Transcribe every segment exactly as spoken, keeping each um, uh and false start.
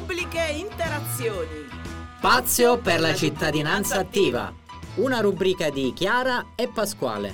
Pubbliche interazioni. Spazio per la cittadinanza attiva. Una rubrica di Chiara e Pasquale.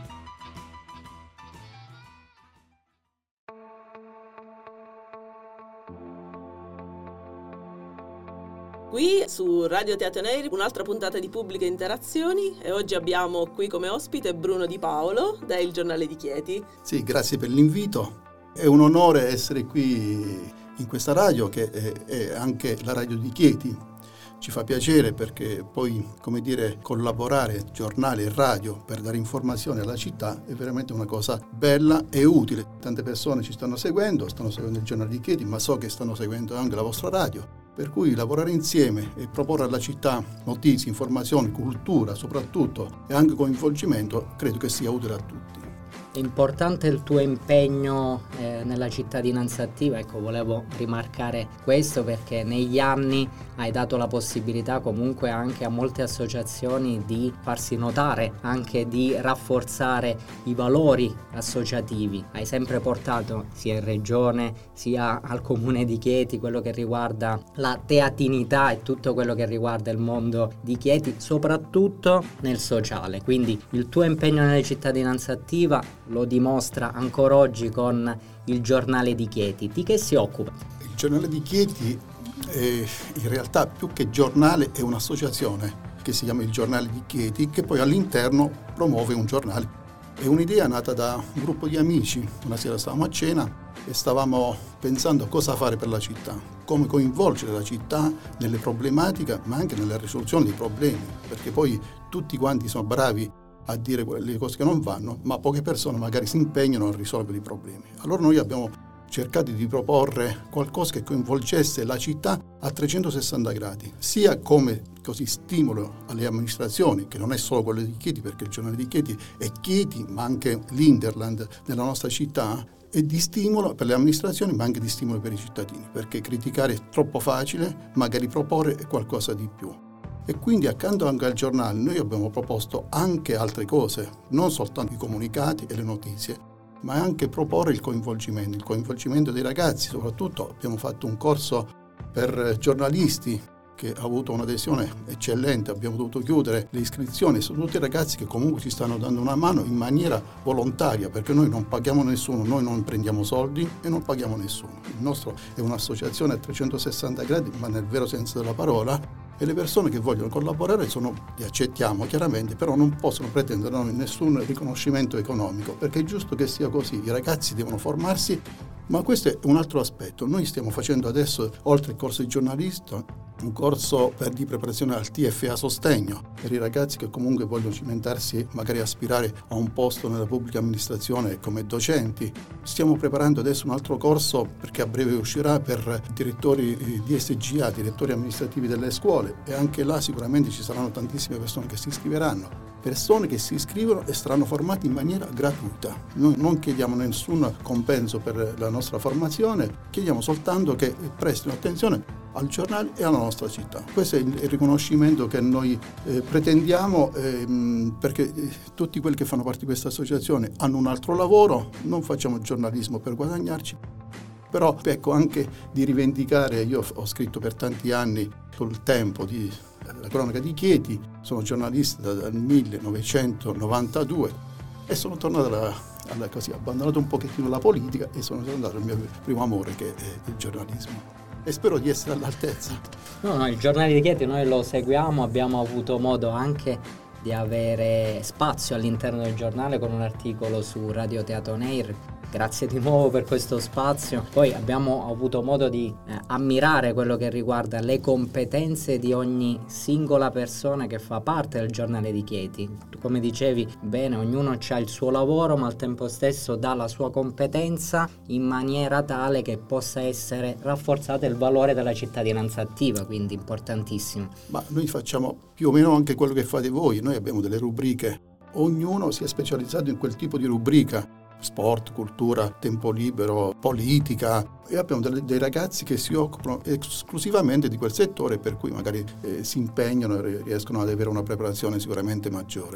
Qui su Radio Teatro Neri un'altra puntata di Pubbliche Interazioni e oggi abbiamo qui come ospite Bruno Di Paolo da Il Giornale di Chieti. Sì, grazie per l'invito. È un onore essere qui in questa radio che è, è anche la radio di Chieti. Ci fa piacere perché poi, come dire, collaborare giornale e radio per dare informazioni alla città è veramente una cosa bella e utile. Tante persone ci stanno seguendo, stanno seguendo il Giornale di Chieti, ma so che stanno seguendo anche la vostra radio. Per cui lavorare insieme e proporre alla città notizie, informazioni, cultura soprattutto e anche coinvolgimento credo che sia utile a tutti. È importante il tuo impegno eh, nella cittadinanza attiva, ecco, volevo rimarcare questo perché negli anni hai dato la possibilità comunque anche a molte associazioni di farsi notare, anche di rafforzare i valori associativi. Hai sempre portato sia in regione sia al comune di Chieti quello che riguarda la teatinità e tutto quello che riguarda il mondo di Chieti, soprattutto nel sociale. Quindi il tuo impegno nella cittadinanza attiva lo dimostra ancora oggi con il Giornale di Chieti. Di che si occupa? Il Giornale di Chieti è, in realtà più che giornale è un'associazione che si chiama il Giornale di Chieti, che poi all'interno promuove un giornale. È un'idea nata da un gruppo di amici. Una sera stavamo a cena e stavamo pensando a cosa fare per la città, come coinvolgere la città nelle problematiche ma anche nella risoluzione dei problemi, perché poi tutti quanti sono bravi a dire le cose che non vanno, ma poche persone magari si impegnano a risolvere i problemi. Allora noi abbiamo cercato di proporre qualcosa che coinvolgesse la città a trecentosessanta gradi, sia come così stimolo alle amministrazioni, che non è solo quello di Chieti, perché il Giornale di Chieti è Chieti, ma anche l'Interland della nostra città, e di stimolo per le amministrazioni, ma anche di stimolo per i cittadini, perché criticare è troppo facile, magari proporre è qualcosa di più. E quindi accanto anche al giornale noi abbiamo proposto anche altre cose, non soltanto i comunicati e le notizie, ma anche proporre il coinvolgimento, il coinvolgimento dei ragazzi. Soprattutto abbiamo fatto un corso per giornalisti che ha avuto un'adesione eccellente, abbiamo dovuto chiudere le iscrizioni, sono tutti ragazzi che comunque ci stanno dando una mano in maniera volontaria, perché noi non paghiamo nessuno, noi non prendiamo soldi e non paghiamo nessuno. Il nostro è un'associazione a trecentosessanta gradi, ma nel vero senso della parola, e le persone che vogliono collaborare sono, li accettiamo chiaramente, però non possono pretendere nessun riconoscimento economico, perché è giusto che sia così, i ragazzi devono formarsi, ma questo è un altro aspetto. Noi stiamo facendo adesso, oltre il corso di giornalista, un corso per di preparazione al T F A sostegno, per i ragazzi che comunque vogliono cimentarsi e magari aspirare a un posto nella pubblica amministrazione come docenti. Stiamo preparando adesso un altro corso, perché a breve uscirà, per direttori di S G A, direttori amministrativi delle scuole, e anche là sicuramente ci saranno tantissime persone che si iscriveranno. Persone che si iscrivono e saranno formate in maniera gratuita. Noi non chiediamo nessun compenso per la nostra formazione, chiediamo soltanto che prestino attenzione al giornale e alla nostra città. Questo è il riconoscimento che noi eh, pretendiamo, eh, perché tutti quelli che fanno parte di questa associazione hanno un altro lavoro, non facciamo giornalismo per guadagnarci, però ecco anche di rivendicare. Io ho scritto per tanti anni sul Tempo di la cronaca di Chieti, sono giornalista dal millenovecentonovantadue e sono tornato alla, alla così, ho abbandonato un pochettino la politica e sono tornato al mio primo amore, che è il giornalismo, e spero di essere all'altezza. No, no, il Giornale di Chieti noi lo seguiamo, abbiamo avuto modo anche di avere spazio all'interno del giornale con un articolo su Radio Teatro Neri. Grazie di nuovo per questo spazio. Poi abbiamo avuto modo di eh, ammirare quello che riguarda le competenze di ogni singola persona che fa parte del Giornale di Chieti. Come dicevi bene, ognuno ha il suo lavoro, ma al tempo stesso dà la sua competenza in maniera tale che possa essere rafforzato il valore della cittadinanza attiva, quindi importantissimo. Ma noi facciamo più o meno anche quello che fate voi. Noi abbiamo delle rubriche, ognuno si è specializzato in quel tipo di rubrica: sport, cultura, tempo libero, politica, e abbiamo delle, dei ragazzi che si occupano esclusivamente di quel settore, per cui magari eh, si impegnano e riescono ad avere una preparazione sicuramente maggiore.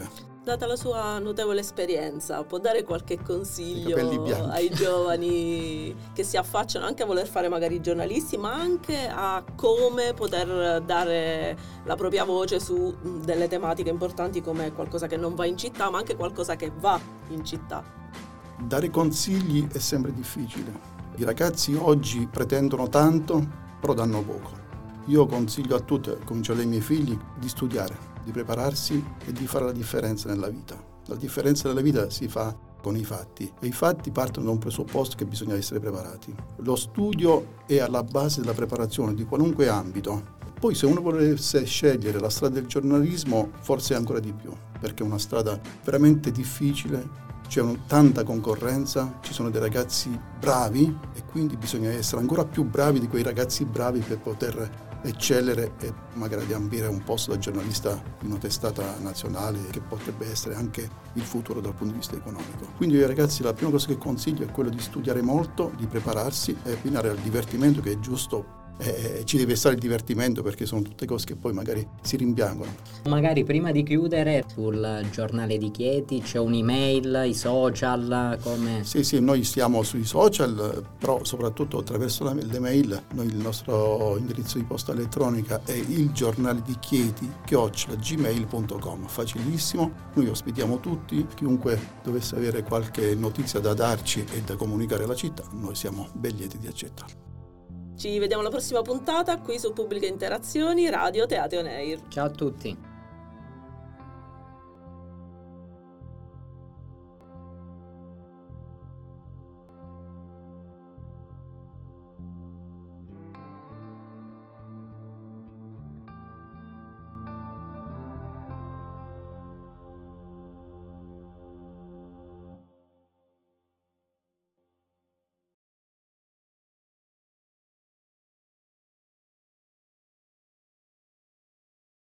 Data la sua notevole esperienza, può dare qualche consiglio bianchi. ai giovani che si affacciano anche a voler fare magari i giornalisti, ma anche a come poter dare la propria voce su delle tematiche importanti come qualcosa che non va in città, ma anche qualcosa che va in città? Dare consigli è sempre difficile. I ragazzi oggi pretendono tanto, però danno poco. Io consiglio a tutti, comincio dai miei figli, di studiare, di prepararsi e di fare la differenza nella vita. La differenza nella vita si fa con i fatti e i fatti partono da un presupposto che bisogna essere preparati. Lo studio è alla base della preparazione di qualunque ambito. Poi se uno volesse scegliere la strada del giornalismo, forse ancora di più, perché è una strada veramente difficile, c'è un, tanta concorrenza, ci sono dei ragazzi bravi e quindi bisogna essere ancora più bravi di quei ragazzi bravi per poter eccellere e magari ambire un posto da giornalista in una testata nazionale che potrebbe essere anche il futuro dal punto di vista economico. Quindi ai ragazzi la prima cosa che consiglio è quello di studiare molto, di prepararsi e abbinare al divertimento, che è giusto. Eh, ci deve stare il divertimento, perché sono tutte cose che poi magari si rimpiangono. Magari prima di chiudere, sul giornale di Chieti c'è un'email, i social, come... Sì, sì, noi stiamo sui social, però soprattutto attraverso la, l'email. Noi, il nostro indirizzo di posta elettronica è il giornale di Chieti chiocciola gmail punto com, facilissimo. Noi ospitiamo tutti, chiunque dovesse avere qualche notizia da darci e da comunicare alla città, noi siamo ben lieti di accettarlo. Ci vediamo alla prossima puntata qui su Pubbliche Interazioni, Radio Teate On Air. Ciao a tutti.